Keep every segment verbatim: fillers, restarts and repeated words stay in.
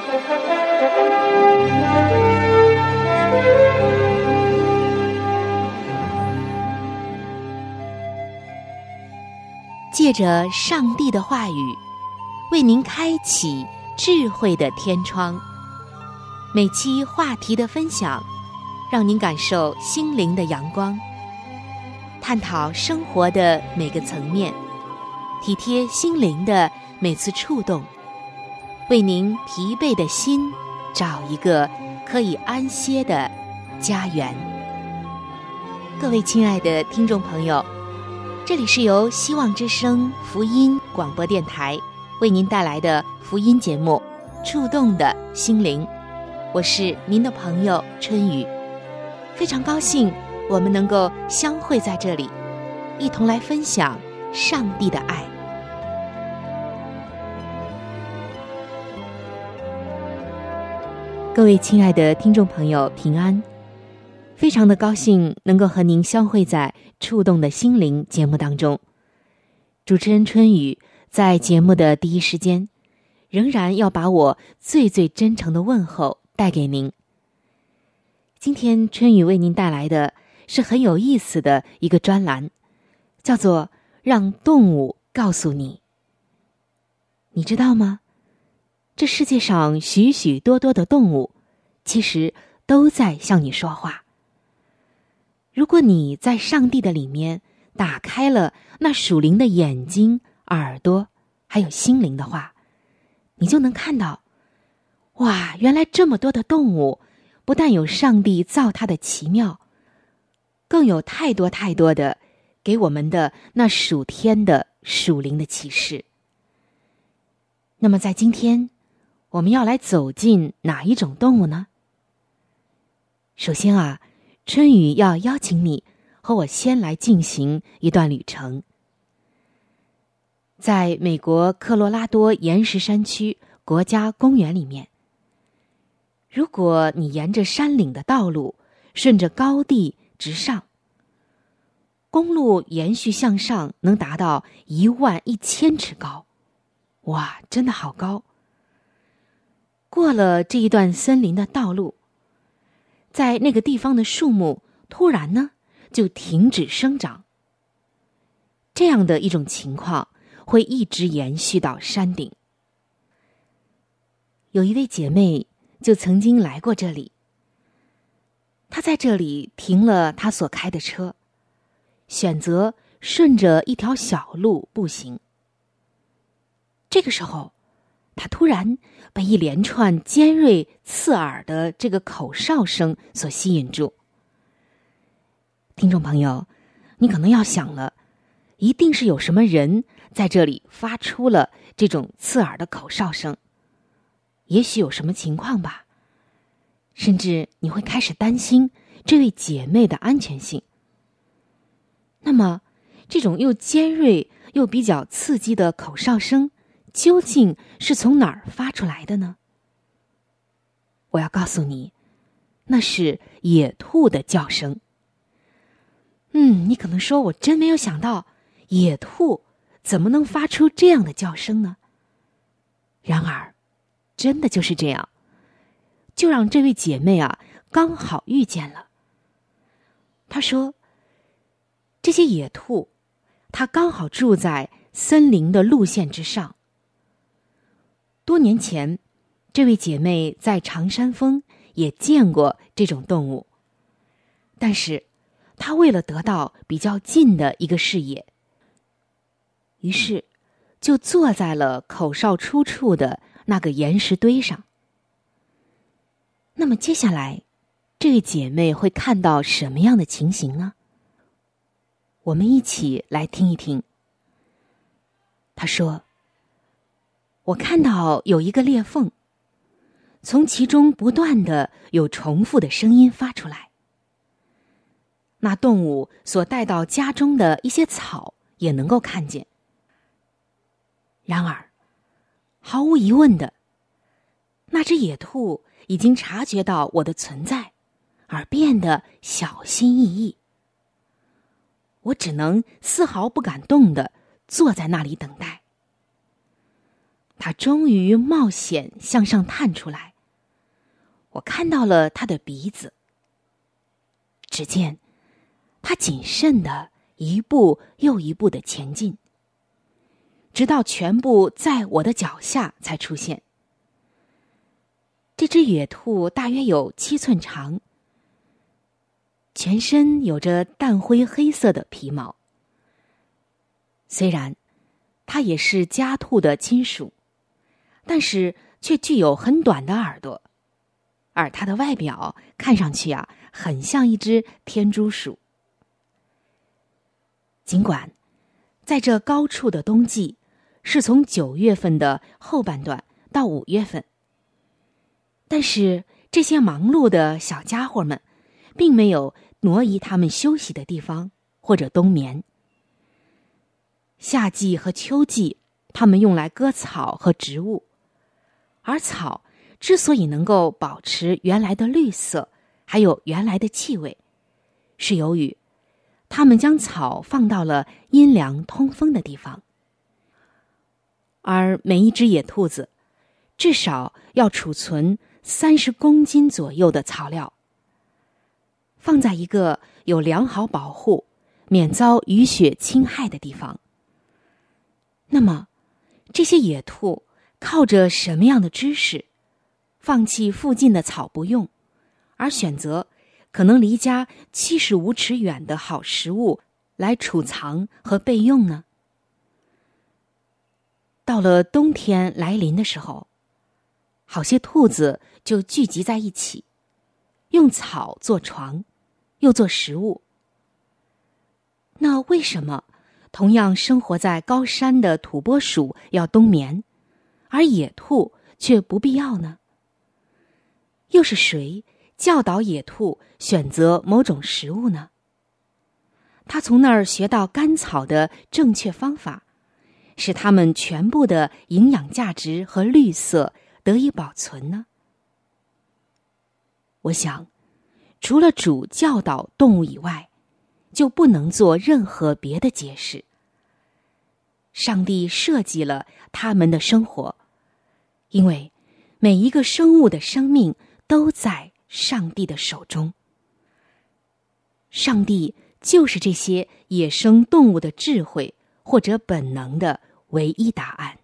借着上帝的话语，为您开启智慧的天窗。每期话题的分享，让您感受心灵的阳光，探讨生活的每个层面，体贴心灵的每次触动，为您疲惫的心找一个可以安歇的家园。各位亲爱的听众朋友，这里是由希望之声福音广播电台为您带来的福音节目《触动的心灵》，我是您的朋友春雨，非常高兴我们能够相会在这里，一同来分享上帝的爱。各位亲爱的听众朋友，平安！非常的高兴能够和您相会在触动的心灵节目当中。主持人春雨在节目的第一时间，仍然要把我最最真诚的问候带给您。今天春雨为您带来的是很有意思的一个专栏，叫做让动物告诉你。你知道吗？这世界上许许多多的动物，其实都在向你说话。如果你在上帝的里面打开了那属灵的眼睛、耳朵，还有心灵的话，你就能看到，哇，原来这么多的动物，不但有上帝造它的奇妙，更有太多太多的给我们的那属天的属灵的启示。那么在今天，我们要来走进哪一种动物呢？首先啊，春雨要邀请你和我先来进行一段旅程。在美国科罗拉多岩石山区国家公园里面，如果你沿着山岭的道路顺着高地直上，公路延续向上能达到一万一千尺高，哇，真的好高！过了这一段森林的道路，在那个地方的树木突然呢就停止生长。这样的一种情况会一直延续到山顶。有一位姐妹就曾经来过这里，她在这里停了她所开的车，选择顺着一条小路步行。这个时候，她突然被一连串尖锐刺耳的这个口哨声所吸引住。听众朋友，你可能要想了，一定是有什么人在这里发出了这种刺耳的口哨声，也许有什么情况吧，甚至你会开始担心这位姐妹的安全性。那么，这种又尖锐又比较刺激的口哨声究竟是从哪儿发出来的呢？我要告诉你，那是野兔的叫声。嗯，你可能说，我真没有想到，野兔怎么能发出这样的叫声呢？然而，真的就是这样，就让这位姐妹啊刚好遇见了。她说，这些野兔，它刚好住在森林的路线之上。多年前，这位姐妹在长山峰也见过这种动物，但是她为了得到比较近的一个视野，于是就坐在了口哨出处的那个岩石堆上。那么接下来，这位姐妹会看到什么样的情形呢？我们一起来听一听。她说，我看到有一个裂缝，从其中不断的有重复的声音发出来。那动物所带到家中的一些草也能够看见。然而，毫无疑问的，那只野兔已经察觉到我的存在，而变得小心翼翼。我只能丝毫不敢动地坐在那里等待。 它终于冒险向上探出来。我看到了它的鼻子。只见它谨慎地一步又一步地前进，直到全部在我的脚下才出现。这只野兔大约有七寸长，全身有着淡灰黑色的皮毛。虽然它也是家兔的亲属，但是却具有很短的耳朵，而它的外表看上去啊，很像一只天竺鼠。尽管在这高处的冬季是从九月份的后半段到五月份，但是这些忙碌的小家伙们并没有挪移他们休息的地方或者冬眠。夏季和秋季他们用来割草和植物，而草之所以能够保持原来的绿色还有原来的气味，是由于他们将草放到了阴凉通风的地方。而每一只野兔子至少要储存三十公斤左右的草料，放在一个有良好保护免遭雨雪侵害的地方。那么这些野兔靠着什么样的知识放弃附近的草不用，而选择可能离家七十五尺远的好食物来储藏和备用呢？到了冬天来临的时候，好些兔子就聚集在一起，用草做床，又做食物。那为什么同样生活在高山的土拨鼠要冬眠，而野兔却不必要呢？又是谁教导野兔选择某种食物呢？他从那儿学到甘草的正确方法，使它们全部的营养价值和绿色得以保存呢？我想，除了主教导动物以外，就不能做任何别的解释。上帝设计了他们的生活，因为每一个生物的生命都在上帝的手中。上帝就是这些野生动物的智慧或者本能的唯一答案。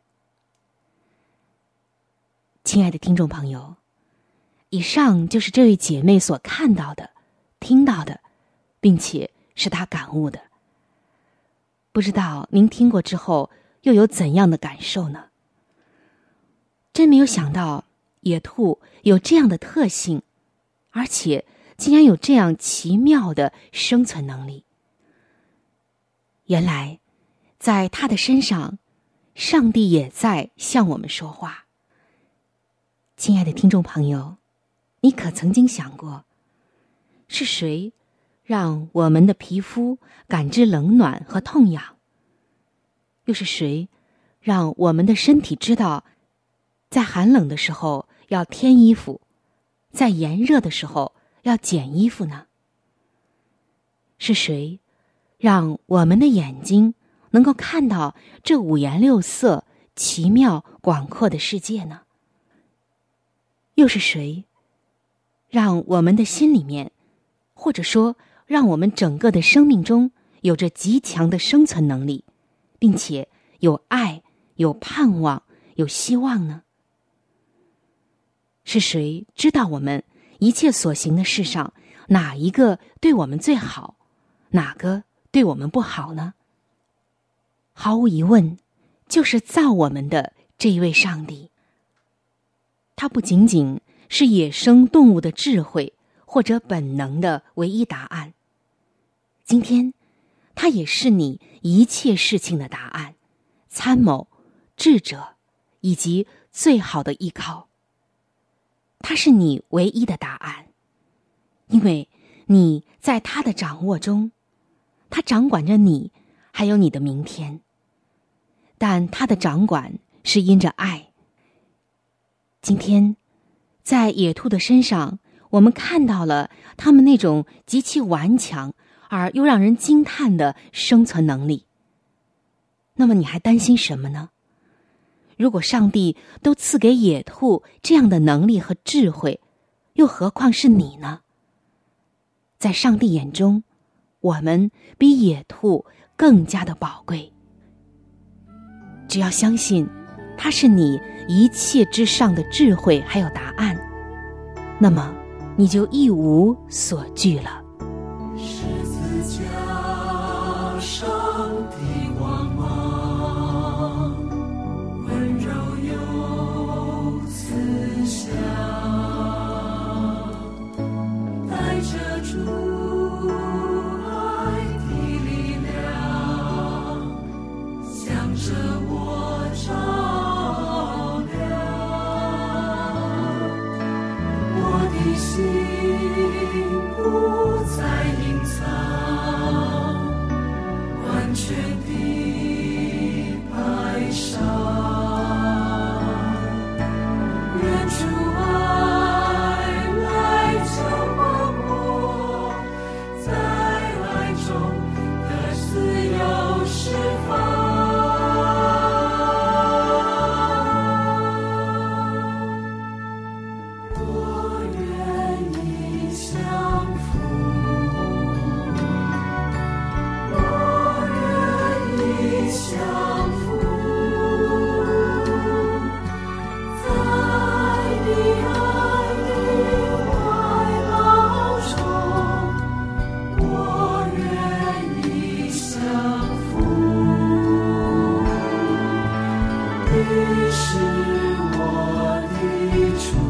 亲爱的听众朋友，以上就是这位姐妹所看到的、听到的，并且是她感悟的。不知道您听过之后又有怎样的感受呢？真没有想到野兔有这样的特性，而且竟然有这样奇妙的生存能力。原来在它的身上，上帝也在向我们说话。亲爱的听众朋友，你可曾经想过，是谁让我们的皮肤感知冷暖和痛痒？又是谁让我们的身体知道，在寒冷的时候要添衣服，在炎热的时候要减衣服呢？是谁让我们的眼睛能够看到这五颜六色、奇妙广阔的世界呢？又是谁让我们的心里面，或者说让我们整个的生命中有着极强的生存能力，并且有爱、有盼望、有希望呢？是谁知道我们一切所行的事上，哪一个对我们最好，哪个对我们不好呢？毫无疑问，就是造我们的这一位上帝。他不仅仅是野生动物的智慧或者本能的唯一答案，今天他也是你一切事情的答案、参谋、智者以及最好的依靠。他是你唯一的答案，因为你在他的掌握中，他掌管着你还有你的明天，但他的掌管是因着爱。今天在野兔的身上，我们看到了他们那种极其顽强而又让人惊叹的生存能力。那么你还担心什么呢？ 如果上帝都赐给野兔这样的能力和智慧，又何况是你呢？在上帝眼中，我们比野兔更加的宝贵。只要相信他是你一切之上的智慧还有答案，那么你就一无所惧了。 十字架上的光芒，温柔又慈祥，带着主爱的力量，向着我照亮。我的心不再隐藏，完全的摆上，愿主爱来浇灌我，在爱中的自由释放。我愿意降服，我愿意降服，在你爱的怀抱中，我愿意降服。你是我的主，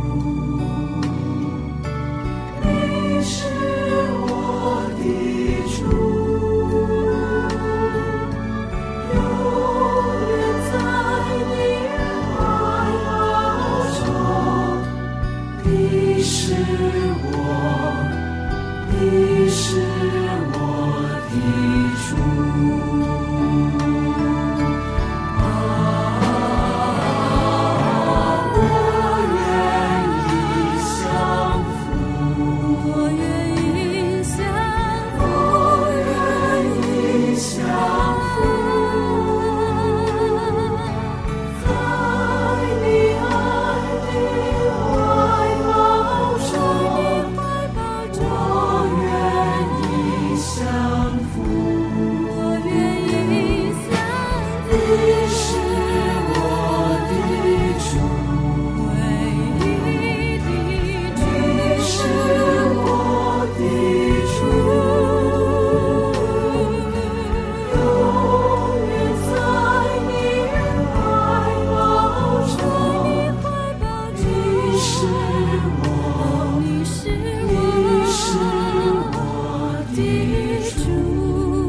你是我的主，永远在你怀抱中。你是我，你是我的主。啊，我愿意降服，我愿意降服，我愿意降服，在你爱的怀抱中，我愿意降服，我愿意降服。你是我的主，唯一的主，你是我的主，永远在你怀抱中。你是我，你是我的主。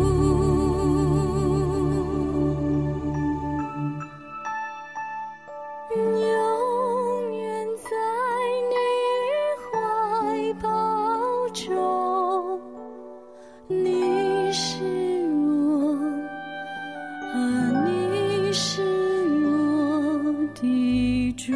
永远在你怀抱中，你是我，啊，你是我的主。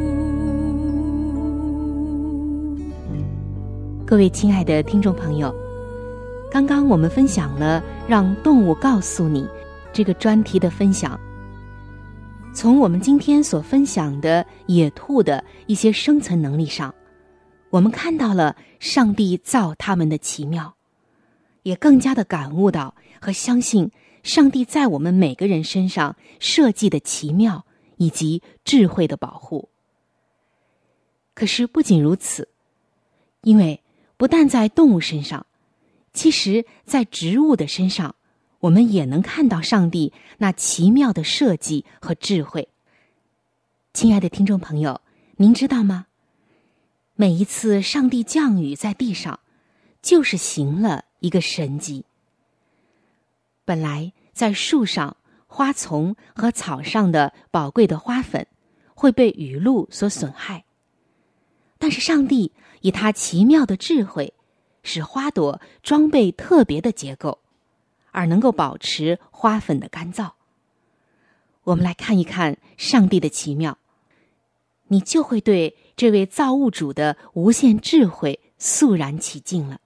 各位亲爱的听众朋友，刚刚我们分享了让动物告诉你这个专题的分享。从我们今天所分享的野兔的一些生存能力上，我们看到了上帝造它们的奇妙，也更加的感悟到和相信上帝在我们每个人身上设计的奇妙以及智慧的保护。可是不仅如此，因为不但在动物身上，其实在植物的身上，我们也能看到上帝那奇妙的设计和智慧。亲爱的听众朋友，您知道吗？每一次上帝降雨在地上，就是行了一个神迹。本来在树上、花丛和草上的宝贵的花粉会被雨露所损害，但是上帝以他奇妙的智慧，使花朵装备特别的结构，而能够保持花粉的干燥。我们来看一看上帝的奇妙，你就会对这位造物主的无限智慧肃然起敬了。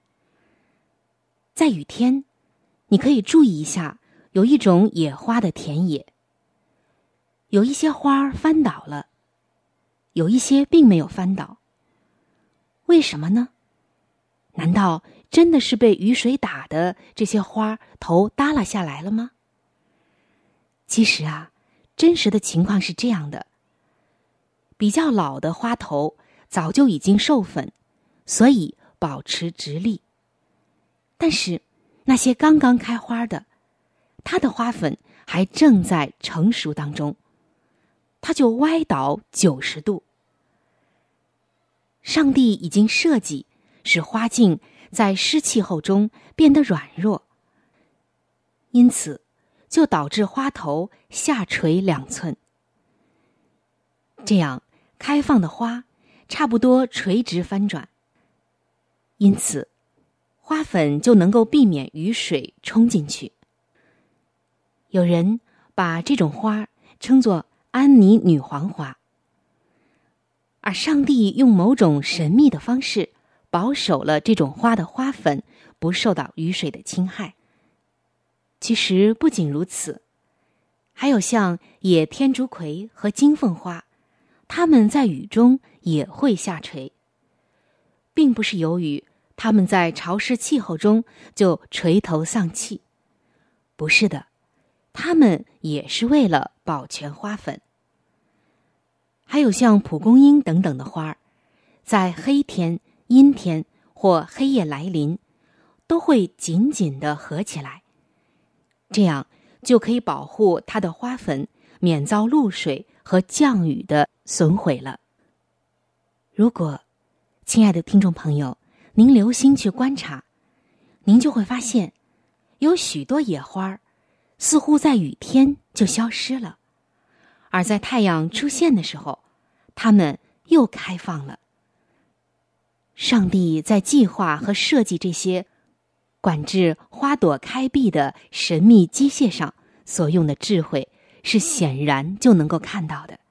在雨天，你可以注意一下，有一种野花的田野。 有一些花儿翻倒了，有一些并没有翻倒。为什么呢？难道真的是被雨水打的这些花头耷拉下来了吗？其实啊，真实的情况是这样的：比较老的花头早就已经授粉，所以保持直立。但是那些刚刚开花的，它的花粉还正在成熟当中，它就歪倒九十度。上帝已经设计使花茎在湿气候中变得软弱，因此就导致花头下垂两寸。这样开放的花差不多垂直翻转，因此花粉就能够避免雨水冲进去。有人把这种花称作安妮女皇花，而上帝用某种神秘的方式保守了这种花的花粉不受到雨水的侵害。其实不仅如此，还有像野天竺葵和金凤花，它们在雨中也会下垂，并不是由于它们在潮湿气候中就垂头丧气，不是的，它们也是为了保全花粉。还有像蒲公英等等的花，在黑天、阴天或黑夜来临，都会紧紧地合起来，这样就可以保护它的花粉免遭露水和降雨的损毁了。如果，亲爱的听众朋友，您留心去观察，您就会发现，有许多野花似乎在雨天就消失了，而在太阳出现的时候，它们又开放了。上帝在计划和设计这些管制花朵开闭的神秘机械上所用的智慧，是显然就能够看到的。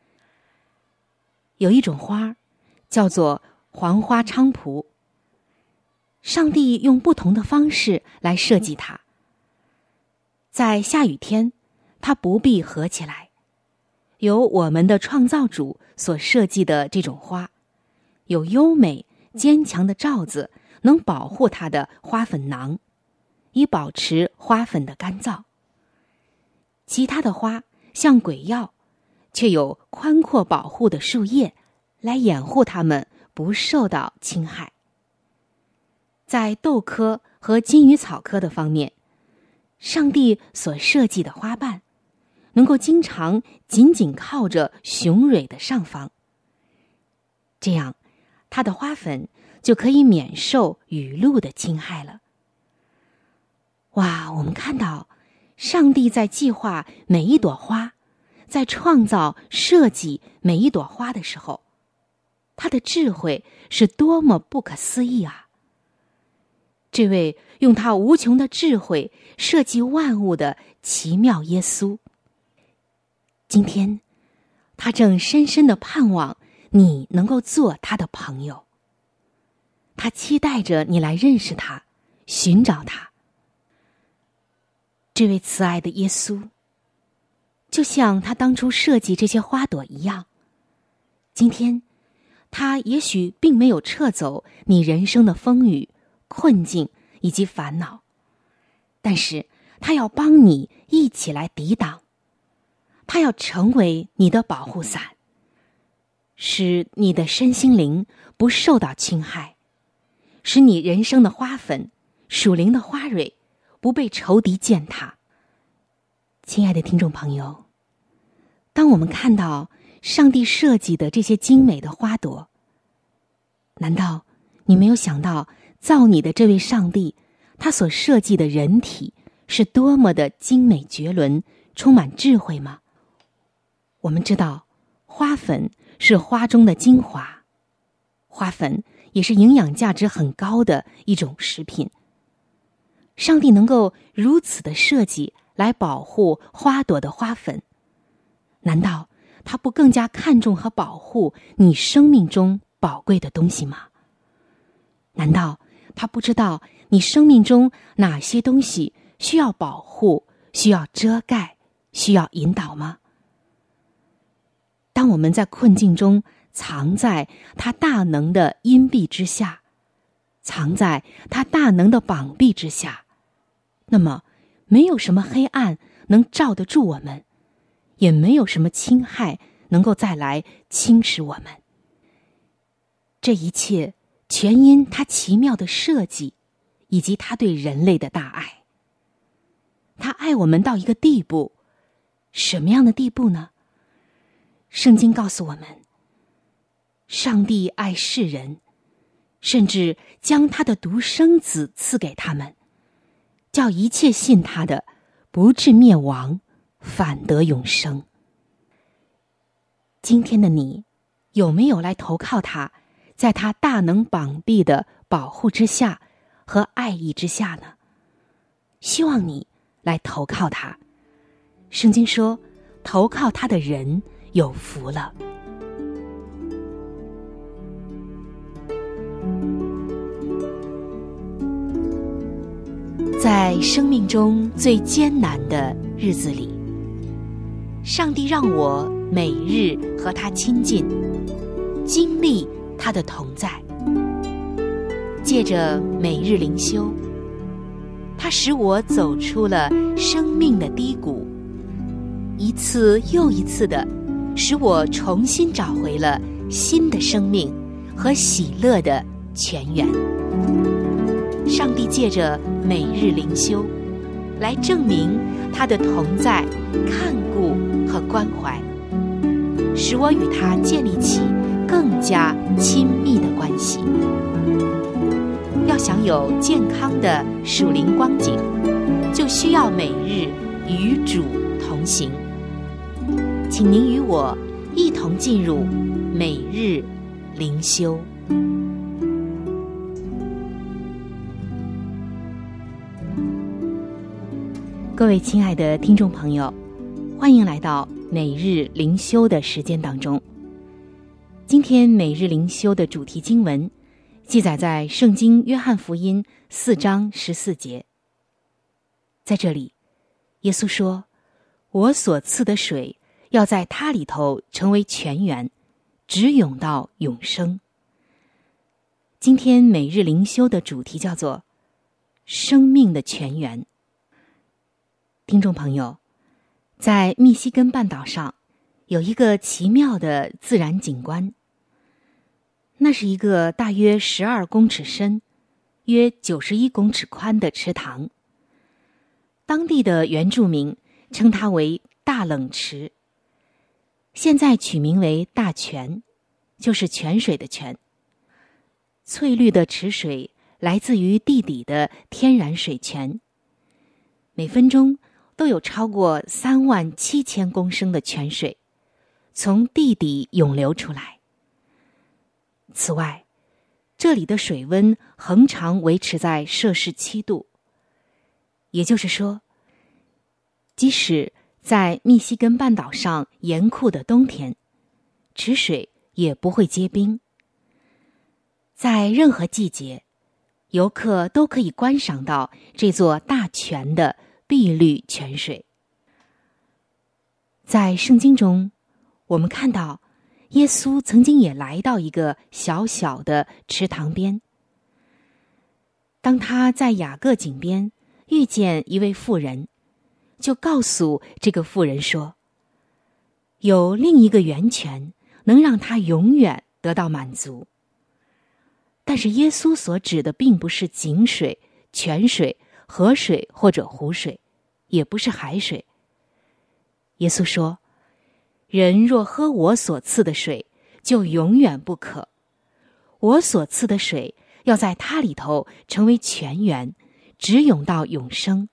有一种花叫做黄花菖蒲，上帝用不同的方式来设计它。在下雨天，它不必合起来。由我们的创造主所设计的这种花，有优美坚强的罩子，能保护它的花粉囊，以保持花粉的干燥。其他的花像鬼药，却有宽阔保护的树叶来掩护它们不受到侵害。在豆科和金鱼草科的方面，上帝所设计的花瓣能够经常紧紧靠着雄蕊的上方，这样它的花粉就可以免受雨露的侵害了。哇，我们看到上帝在计划每一朵花，在创造设计每一朵花的时候，他的智慧是多么不可思议啊！这位用他无穷的智慧设计万物的奇妙耶稣，今天他正深深地盼望你能够做他的朋友，他期待着你来认识他，寻找他。这位慈爱的耶稣，就像他当初设计这些花朵一样，今天他也许并没有撤走你人生的风雨、困境以及烦恼，但是他要帮你一起来抵挡，他要成为你的保护伞，使你的身心灵不受到侵害，使你人生的花粉、属灵的花蕊不被仇敌践踏。亲爱的听众朋友，当我们看到上帝设计的这些精美的花朵，难道你没有想到造你的这位上帝，他所设计的人体是多么的精美绝伦，充满智慧吗？我们知道花粉是花中的精华，花粉也是营养价值很高的一种食品。上帝能够如此的设计来保护花朵的花粉，难道他不更加看重和保护你生命中宝贵的东西吗？难道他不知道你生命中哪些东西需要保护、需要遮盖、需要引导吗？ 当我们在困境中藏在他大能的荫庇之下，藏在他大能的膀臂之下，那么没有什么黑暗能罩得住我们，也没有什么侵害能够再来侵蚀我们。这一切全因他奇妙的设计，以及他对人类的大爱。他爱我们到一个地步，什么样的地步呢？圣经告诉我们，上帝爱世人，甚至将他的独生子赐给他们，叫一切信他的不至灭亡，反得永生。今天的你有没有来投靠他，在他大能膀臂的保护之下和爱意之下呢？希望你来投靠他。圣经说，投靠他的人有福了。在生命中最艰难的日子里，上帝让我每日和他亲近，经历他的同在。借着每日灵修，他使我走出了生命的低谷，一次又一次的使我重新找回了新的生命和喜乐的泉源。上帝借着每日灵修来证明他的同在、看顾和关怀，使我与他建立起更加亲密的关系。要享有健康的属灵光景，就需要每日与主同行。请您与我一同进入每日灵修。各位亲爱的听众朋友，欢迎来到每日灵修的时间当中。今天每日灵修的主题经文记载在圣经约翰福音四章十四节。在这里，耶稣说，我所赐的水要在它里头成为泉源，直涌到永生。今天每日灵修的主题叫做生命的泉源。听众朋友，在密西根半岛上有一个奇妙的自然景观，那是一个大约十二公尺深、约九十一公尺宽的池塘。当地的原住民称它为大冷池，现在取名为大泉，就是泉水的泉。翠绿的池水来自于地底的天然水泉，每分钟都有超过三万七千公升的泉水从地底涌流出来。此外，这里的水温恒常维持在摄氏七度，也就是说，即使在密西根半岛上严酷的冬天，池水也不会结冰。在任何季节，游客都可以观赏到这座大泉的碧绿泉水。在圣经中，我们看到耶稣曾经也来到一个小小的池塘边。当他在雅各井边遇见一位妇人，就告诉这个妇人说，有另一个源泉能让他永远得到满足。但是耶稣所指的并不是井水、泉水、河水或者湖水，也不是海水。耶稣说，人若喝我所赐的水，就永远不渴。我所赐的水要在它里头成为泉源，直涌到永生。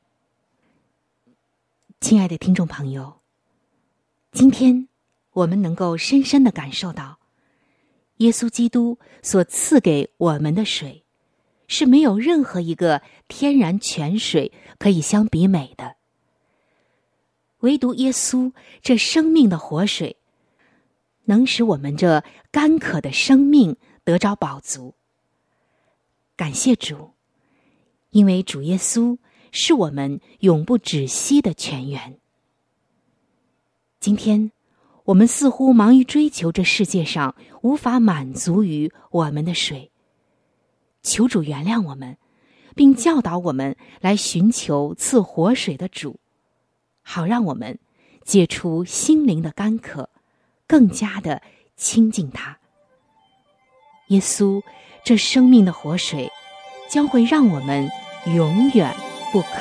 亲爱的听众朋友，今天我们能够深深地感受到，耶稣基督所赐给我们的水，是没有任何一个天然泉水可以相比美的。唯独耶稣这生命的活水，能使我们这干渴的生命得着饱足。感谢主，因为主耶稣是我们永不止息的泉源。今天我们似乎忙于追求这世界上无法满足于我们的水。求主原谅我们，并教导我们来寻求赐活水的主，好让我们解除心灵的干渴，更加的亲近他。耶稣，这生命的活水，将会让我们永远不渴。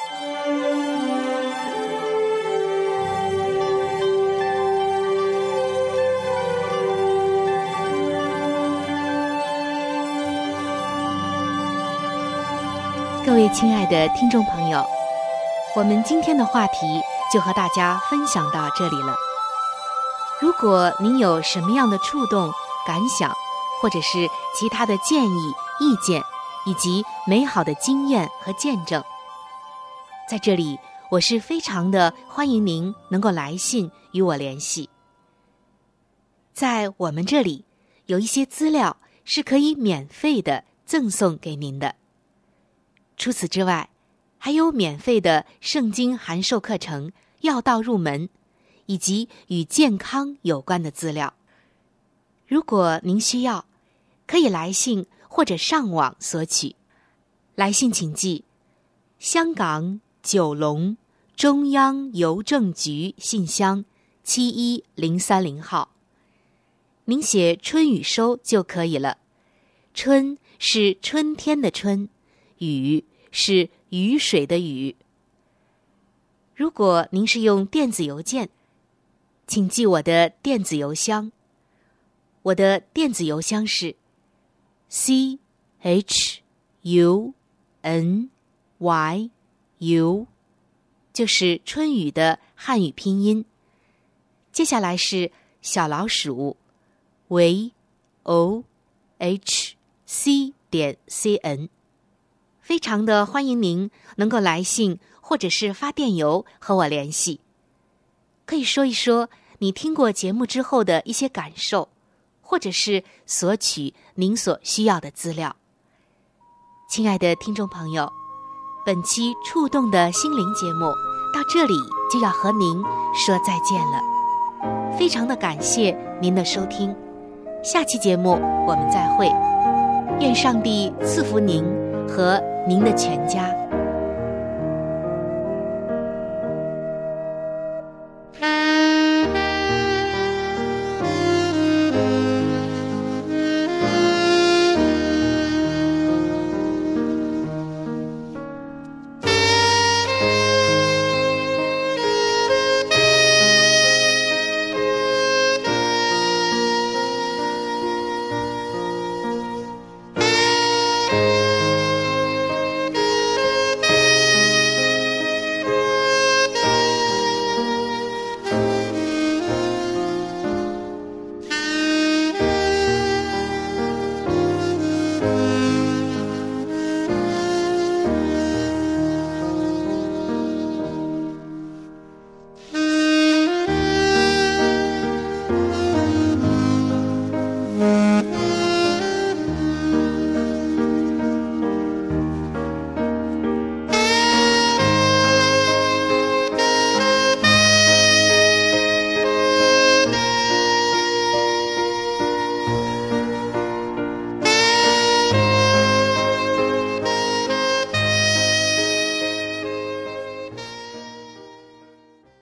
各位亲爱的听众朋友，我们今天的话题就和大家分享到这里了。如果您有什么样的触动、感想，或者是其他的建议、意见，以及美好的经验和见证，在这里我是非常的欢迎您能够来信与我联系。在我们这里有一些资料是可以免费的赠送给您的。除此之外，还有免费的圣经函授课程、要道入门，以及与健康有关的资料。如果您需要，可以来信或者上网索取。来信请寄香港九龙中央邮政局信箱七一零三零号。您写春雨收就可以了。春是春天的春，雨是雨水的雨。如果您是用电子邮件，请记我的电子邮箱。我的电子邮箱是 c h u n y u， 就是春雨的汉语拼音。接下来是小老鼠 v o h c 点 c n。非常的欢迎您能够来信或者是发电邮和我联系，可以说一说你听过节目之后的一些感受，或者是索取您所需要的资料。亲爱的听众朋友，本期触动的心灵节目到这里就要和您说再见了，非常的感谢您的收听，下期节目我们再会，愿上帝赐福您和您的全家。